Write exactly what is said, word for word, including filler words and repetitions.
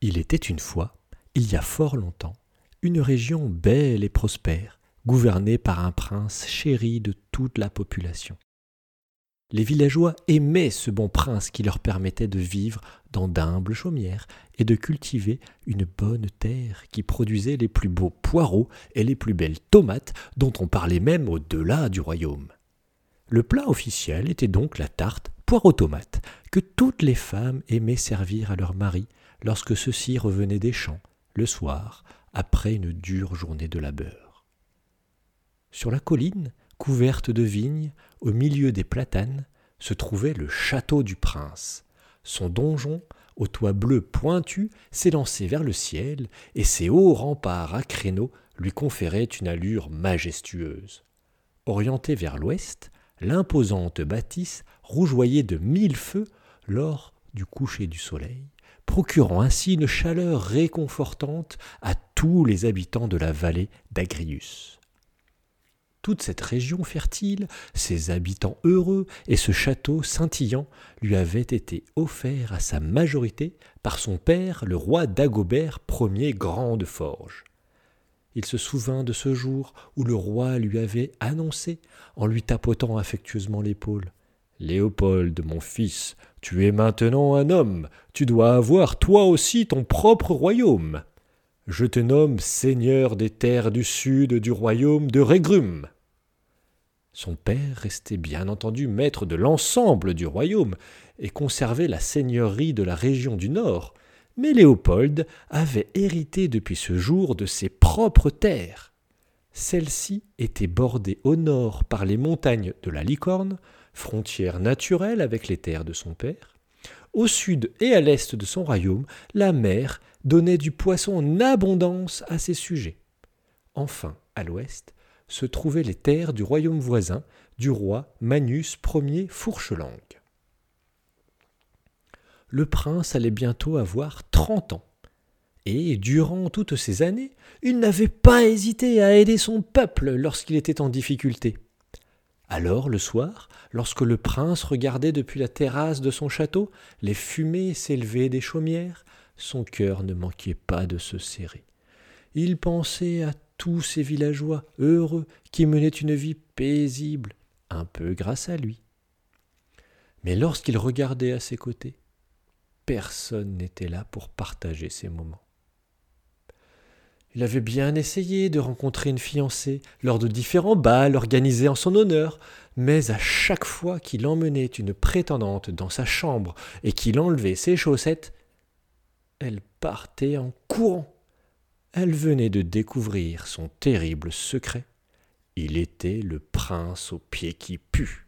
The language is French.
Il était une fois, il y a fort longtemps, une région belle et prospère, gouvernée par un prince chéri de toute la population. Les villageois aimaient ce bon prince qui leur permettait de vivre dans d'humbles chaumières et de cultiver une bonne terre qui produisait les plus beaux poireaux et les plus belles tomates dont on parlait même au-delà du royaume. Le plat officiel était donc la tarte poireaux-tomates que toutes les femmes aimaient servir à leurs maris lorsque ceux-ci revenaient des champs, le soir, après une dure journée de labeur. Sur la colline, couverte de vignes, au milieu des platanes, se trouvait le château du prince. Son donjon, au toit bleu pointu, s'élançait vers le ciel, et ses hauts remparts à créneaux lui conféraient une allure majestueuse. Orientée vers l'ouest, l'imposante bâtisse rougeoyait de mille feux lors du coucher du soleil, procurant ainsi une chaleur réconfortante à tous les habitants de la vallée d'Agrius. Toute cette région fertile, ses habitants heureux et ce château scintillant lui avaient été offerts à sa majorité par son père, le roi Dagobert Ier Grand de Forge. Il se souvint de ce jour où le roi lui avait annoncé, en lui tapotant affectueusement l'épaule, « Léopold, mon fils, tu es maintenant un homme, tu dois avoir toi aussi ton propre royaume. Je te nomme seigneur des terres du sud du royaume de Régrum. » Son père restait bien entendu maître de l'ensemble du royaume et conservait la seigneurie de la région du nord, mais Léopold avait hérité depuis ce jour de ses propres terres. Celles-ci étaient bordées au nord par les montagnes de la Licorne, frontière naturelle avec les terres de son père. Au sud et à l'est de son royaume, la mer donnait du poisson en abondance à ses sujets. Enfin, à l'ouest, se trouvaient les terres du royaume voisin du roi Manius Ier Fourchelangue. Le prince allait bientôt avoir trente ans, et durant toutes ces années, il n'avait pas hésité à aider son peuple lorsqu'il était en difficulté. Alors, le soir, lorsque le prince regardait depuis la terrasse de son château les fumées s'élever des chaumières, son cœur ne manquait pas de se serrer. Il pensait à tous ces villageois heureux qui menaient une vie paisible, un peu grâce à lui. Mais lorsqu'il regardait à ses côtés, personne n'était là pour partager ces moments. Il avait bien essayé de rencontrer une fiancée lors de différents bals organisés en son honneur, mais à chaque fois qu'il emmenait une prétendante dans sa chambre et qu'il enlevait ses chaussettes, elle partait en courant. Elle venait de découvrir son terrible secret. Il était le prince aux pieds qui puent.